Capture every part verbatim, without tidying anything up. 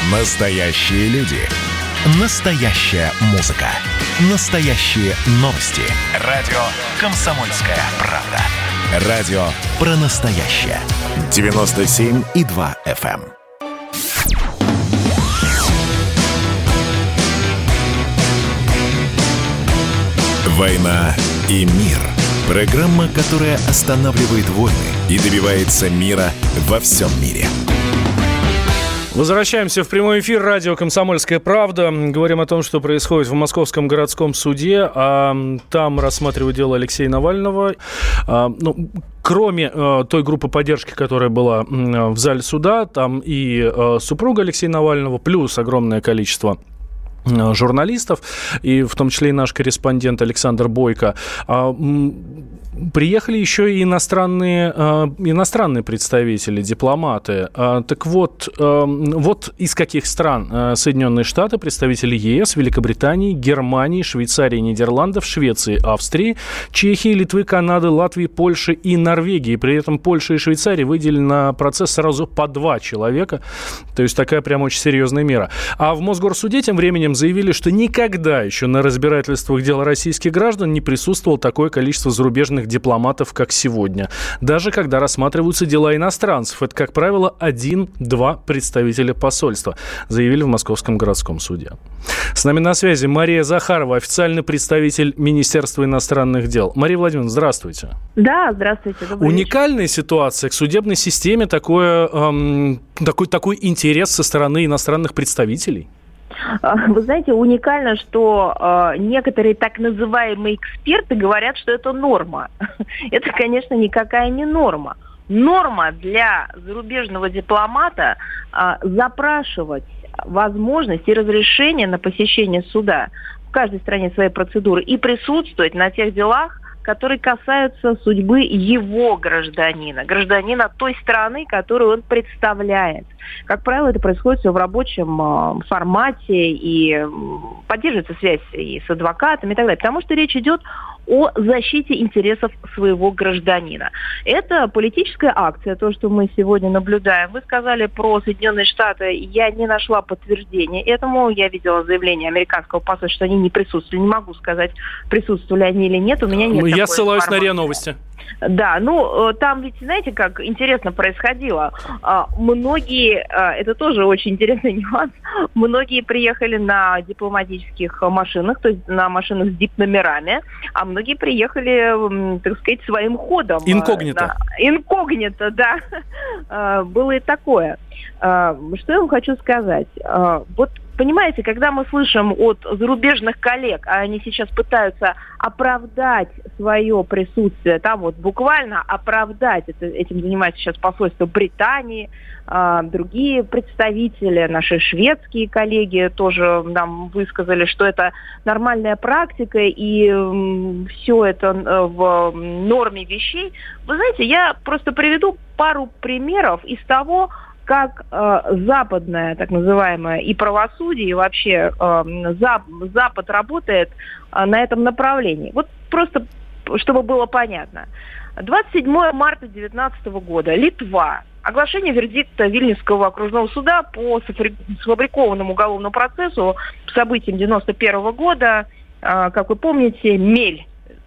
Настоящие люди. Настоящая музыка. Настоящие новости. Радио «Комсомольская правда». Радио про настоящее. девяносто семь и два эф эм. «Война и мир». Программа, которая останавливает войны и добивается мира во всем мире. Возвращаемся в прямой эфир радио «Комсомольская правда». Говорим о том, что происходит в Московском городском суде. А там рассматривают дело Алексея Навального. А, ну, кроме а, той группы поддержки, которая была а, в зале суда, там и а, супруга Алексея Навального, плюс огромное количество журналистов, и в том числе и наш корреспондент Александр Бойко. Приехали еще и иностранные, иностранные представители, дипломаты. Так вот, вот из каких стран: Соединенные Штаты, представители е эс, Великобритании, Германии, Швейцарии, Нидерландов, Швеции, Австрии, Чехии, Литвы, Канады, Латвии, Польши и Норвегии. При этом Польша и Швейцария выделили на процесс сразу по два человека. То есть такая прям очень серьезная мера. А в Мосгорсуде тем временем заявили, что никогда еще на разбирательствах дел российских граждан не присутствовало такое количество зарубежных дипломатов, как сегодня. Даже когда рассматриваются дела иностранцев. Это, как правило, один-два представителя посольства, заявили в Московском городском суде. С нами на связи Мария Захарова, официальный представитель Министерства иностранных дел. Мария Владимировна, здравствуйте. Да, здравствуйте. Уникальная ситуация. К судебной системе такое, эм, такой, такой интерес со стороны иностранных представителей? Вы знаете, уникально, что э, некоторые так называемые эксперты говорят, что это норма. Это, конечно, никакая не норма. Норма для зарубежного дипломата э, запрашивать возможность и разрешение на посещение суда. В каждой стране своей процедуры и присутствовать на тех делах, которые касаются судьбы его гражданина, гражданина той страны, которую он представляет. Как правило, это происходит все в рабочем э, формате, и э, поддерживается связь и с адвокатами и так далее, потому что речь идет о защите интересов своего гражданина. Это политическая акция, то, что мы сегодня наблюдаем. Вы сказали про Соединенные Штаты, я не нашла подтверждения этому, я видела заявление американского посольства, что они не присутствовали, не могу сказать, присутствовали они или нет, у меня нет такой информации. Я ссылаюсь на РИА Новости. Да, ну, там ведь, знаете, как интересно происходило. Многие, это тоже очень интересный нюанс, многие приехали на дипломатических машинах, то есть на машинах с дип-номерами, а многие приехали, так сказать, своим ходом. Инкогнито. Инкогнито, да. Было и такое. Что я вам хочу сказать? Вот, понимаете, когда мы слышим от зарубежных коллег, а они сейчас пытаются оправдать свое присутствие, там вот буквально оправдать, это, этим занимается сейчас посольство Британии, э, другие представители, наши шведские коллеги тоже нам высказали, что это нормальная практика и э, все это э, в норме вещей. Вы знаете, я просто приведу пару примеров из того, как э, западное, так называемое, и правосудие, и вообще э, зап, Запад работает э, на этом направлении. Вот просто, чтобы было понятно. двадцать седьмого марта две тысячи девятнадцатого года. Литва. Оглашение вердикта Вильнюсского окружного суда по сфабрикованному уголовному процессу по событиям девяносто первого года. Э, как вы помните, Мель.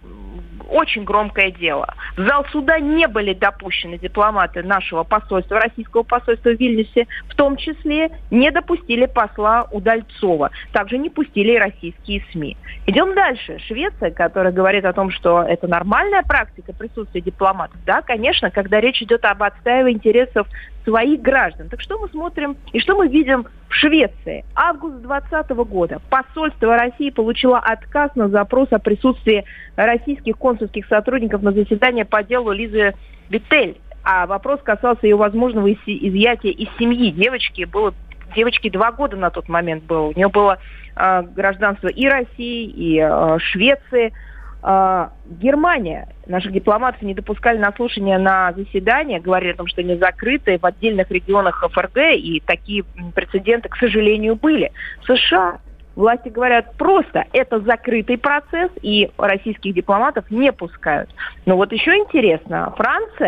Очень громкое дело. В зал суда не были допущены дипломаты нашего посольства, российского посольства в Вильнюсе, в том числе не допустили посла Удальцова. Также не пустили и российские СМИ. Идем дальше. Швеция, которая говорит о том, что это нормальная практика присутствия дипломатов. Да, конечно, когда речь идет об отстаивании интересов своих граждан. Так что мы смотрим и что мы видим в Швеции? Август двадцатого года. Посольство России получило отказ на запрос о присутствии российских консульских сотрудников на заседание по делу Лизы Виттель. А вопрос касался ее возможного изъятия из семьи. Девочке было девочке два года на тот момент было. У нее было э, гражданство и России, и э, Швеции. Э, Германия. Наших дипломатов не допускали на слушание на заседание, говорили о том, что они закрыты в отдельных регионах эф эр гэ, и такие прецеденты, к сожалению, были. США. Власти говорят просто, это закрытый процесс, и российских дипломатов не пускают. Но вот еще интересно, Франция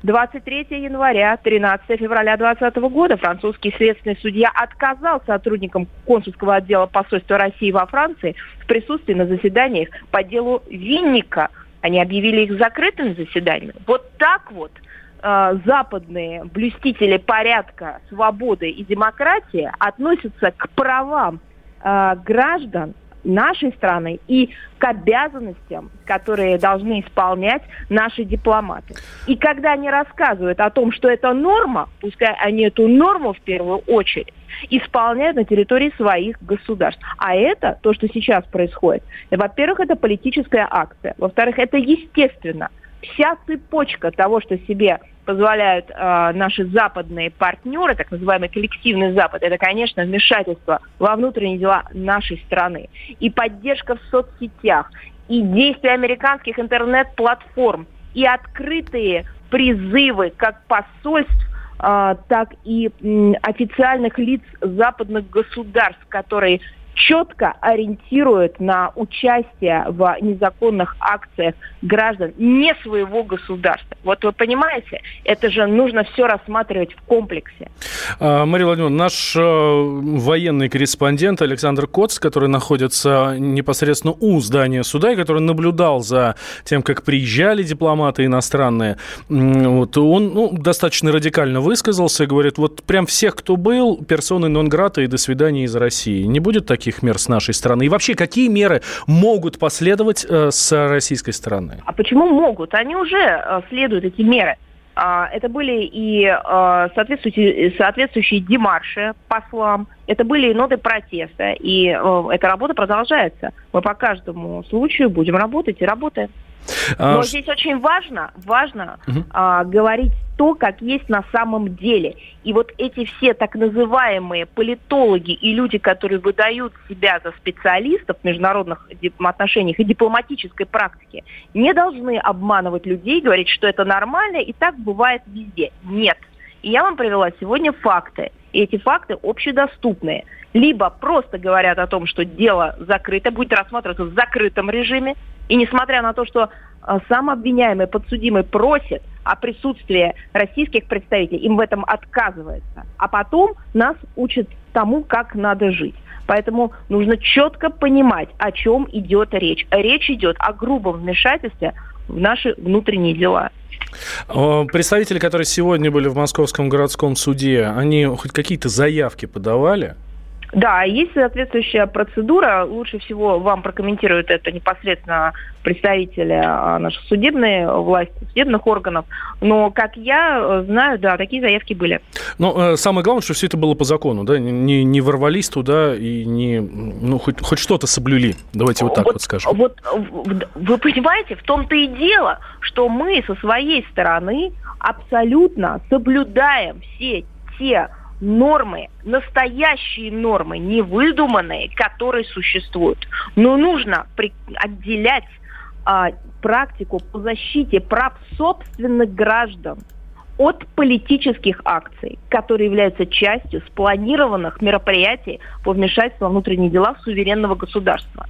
двадцать третьего января, тринадцатого февраля двадцатого года французский следственный судья отказал сотрудникам консульского отдела посольства России во Франции в присутствии на заседаниях по делу Винника. Они объявили их закрытыми заседаниями. Вот так вот э, западные блюстители порядка, свободы и демократии относятся к правам э, граждан нашей страны и к обязанностям, которые должны исполнять наши дипломаты. И когда они рассказывают о том, что это норма, пускай они эту норму в первую очередь исполняют на территории своих государств. А это, то, что сейчас происходит, во-первых, это политическая акция. Во-вторых, это естественно. Вся цепочка того, что себе позволяют э, наши западные партнеры, так называемый коллективный Запад, это, конечно, вмешательство во внутренние дела нашей страны. И поддержка в соцсетях, и действия американских интернет-платформ, и открытые призывы как посольств, э, так и м, официальных лиц западных государств, которые четко ориентирует на участие в незаконных акциях граждан не своего государства. Вот вы понимаете, это же нужно все рассматривать в комплексе. Мария Владимировна, наш военный корреспондент Александр Коц, который находится непосредственно у здания суда и который наблюдал за тем, как приезжали дипломаты иностранные, вот, он ну, достаточно радикально высказался и говорит, вот прям всех, кто был, персоны нон-грата и до свидания из России. Не будет таких мер с нашей стороны? И вообще, какие меры могут последовать э, с российской стороны? А почему могут? Они уже э, следуют, эти меры. А, это были и э, соответствующие, соответствующие демарши послам, это были и ноты протеста, и э, эта работа продолжается. Мы по каждому случаю будем работать и работаем. Но а... здесь очень важно, важно угу. а, говорить то, как есть на самом деле. И вот эти все так называемые политологи и люди, которые выдают себя за специалистов в международных отношениях и дипломатической практике, не должны обманывать людей, говорить, что это нормально и так бывает везде. Нет. И я вам привела сегодня факты. И эти факты общедоступные. Либо просто говорят о том, что дело закрыто, будет рассматриваться в закрытом режиме, и несмотря на то, что э, сам обвиняемый, подсудимый просит о присутствии российских представителей, им в этом отказывается. А потом нас учат тому, как надо жить. Поэтому нужно четко понимать, о чем идет речь. Речь идет о грубом вмешательстве в наши внутренние дела. Представители, которые сегодня были в Московском городском суде, они хоть какие-то заявки подавали? Да, есть соответствующая процедура. Лучше всего вам прокомментируют это непосредственно представители наших судебной власти, судебных органов. Но, как я знаю, да, такие заявки были. Но самое главное, что все это было по закону, да? Не, не ворвались туда и не, ну, хоть, хоть что-то соблюли. Давайте вот так вот, вот скажем. Вот вы понимаете, в том-то и дело, что мы со своей стороны абсолютно соблюдаем все те нормы, настоящие нормы, не выдуманные, которые существуют. Но нужно при- отделять а, практику по защите прав собственных граждан от политических акций, которые являются частью спланированных мероприятий по вмешательству во внутренние дела суверенного государства.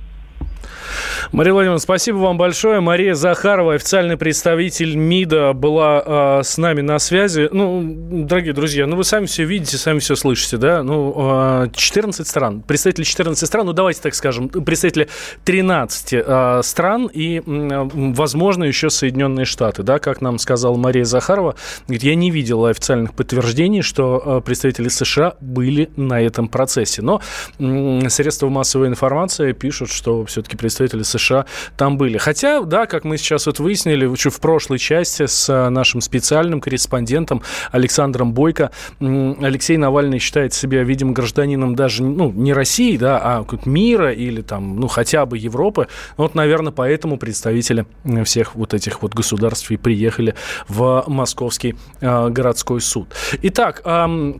Мария Владимировна, спасибо вам большое. Мария Захарова, официальный представитель МИДа, была э, с нами на связи. Ну, дорогие друзья, ну вы сами все видите, сами все слышите, да? Ну, э, четырнадцать стран, представители четырнадцати стран, ну давайте так скажем, представители тринадцати э, стран и, э, возможно, еще Соединенные Штаты, да, как нам сказала Мария Захарова. Говорит, я не видела официальных подтверждений, что э, представители США были на этом процессе. Но э, средства массовой информации пишут, что все-таки представители США там были. Хотя, да, как мы сейчас вот выяснили, в прошлой части с нашим специальным корреспондентом Александром Бойко, Алексей Навальный считает себя, видимо, гражданином даже, ну, не России, да, а мира или там, ну, хотя бы Европы. Вот, наверное, поэтому представители всех вот этих вот государств и приехали в Московский э, городской суд. Итак, э,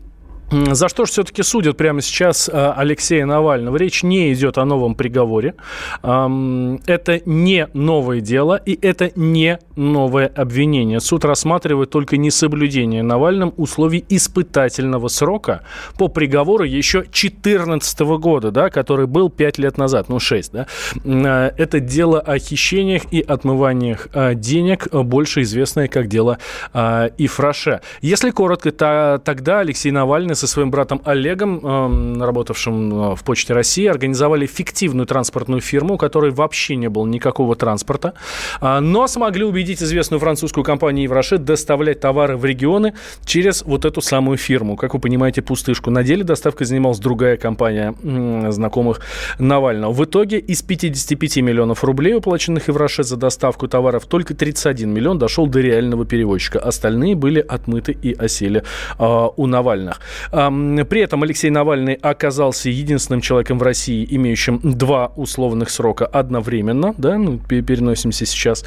За что же все-таки судят прямо сейчас Алексея Навального? Речь не идет о новом приговоре. Это не новое дело, и это не новое обвинение. Суд рассматривает только несоблюдение Навальным условий испытательного срока по приговору еще две тысячи четырнадцатого года, да, который был пять лет назад, ну шесть, да. Это дело о хищениях и отмываниях денег, больше известное как дело Ифраше. Если коротко, то тогда Алексей Навальный со своим братом Олегом, работавшим в Почте России, организовали фиктивную транспортную фирму, у которой вообще не было никакого транспорта, но смогли убедить известную французскую компанию Ифраше доставлять товары в регионы через вот эту самую фирму. Как вы понимаете, пустышку. На деле доставкой занималась другая компания знакомых Навального. В итоге из пятьдесят пять миллионов рублей, уплаченных Ифраше за доставку товаров, только тридцать один миллион дошел до реального перевозчика. Остальные были отмыты и осели э, у Навальных. При этом Алексей Навальный оказался единственным человеком в России, имеющим два условных срока одновременно. Да? Ну, переносимся сейчас.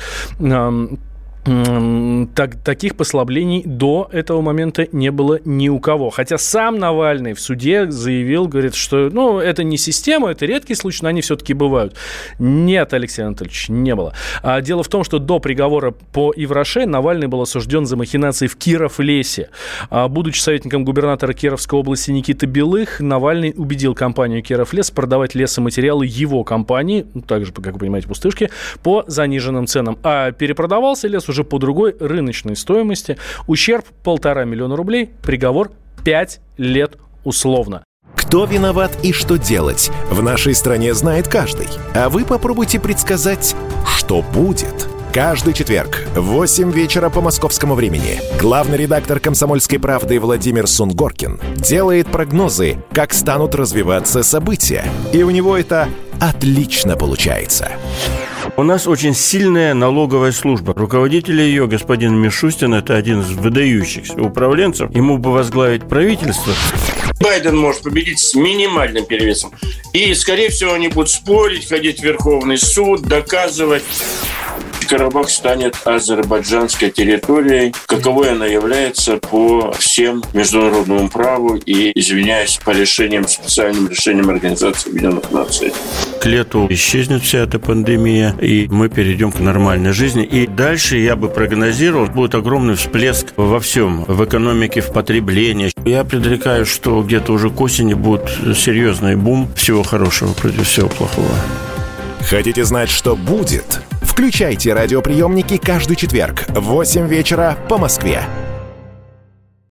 Так, таких послаблений до этого момента не было ни у кого. Хотя сам Навальный в суде заявил, говорит, что ну, это не система, это редкий случай, но они все-таки бывают. Нет, Алексей Анатольевич, не было. А дело в том, что до приговора по Ифраше Навальный был осужден за махинации в Киров-Лесе. А, будучи советником губернатора Кировской области Никиты Белых, Навальный убедил компанию Киров-Лес продавать лесоматериалы его компании, также, как вы понимаете, пустышки, по заниженным ценам. А перепродавался лес уже уже по другой рыночной стоимости. Ущерб полтора миллиона рублей, приговор пять лет условно. Кто виноват и что делать, в нашей стране знает каждый. А вы попробуйте предсказать, что будет. Каждый четверг в восемь вечера по московскому времени главный редактор «Комсомольской правды» Владимир Сунгоркин делает прогнозы, как станут развиваться события. И у него это отлично получается. У нас очень сильная налоговая служба. Руководитель ее, господин Мишустин, это один из выдающихся управленцев. Ему бы возглавить правительство. Байден может победить с минимальным перевесом. И, скорее всего, они будут спорить, ходить в Верховный суд, доказывать. Карабах станет азербайджанской территорией, каковой она является по всем международному праву и, извиняюсь, по решениям, специальным решениям Организации Объединенных Наций. К лету исчезнет вся эта пандемия, и мы перейдем к нормальной жизни. И дальше, я бы прогнозировал, будет огромный всплеск во всем, в экономике, в потреблении. Я предрекаю, что где-то уже к осени будет серьезный бум. Всего хорошего против всего плохого. Хотите знать, что будет? Включайте радиоприемники каждый четверг в восемь вечера по Москве.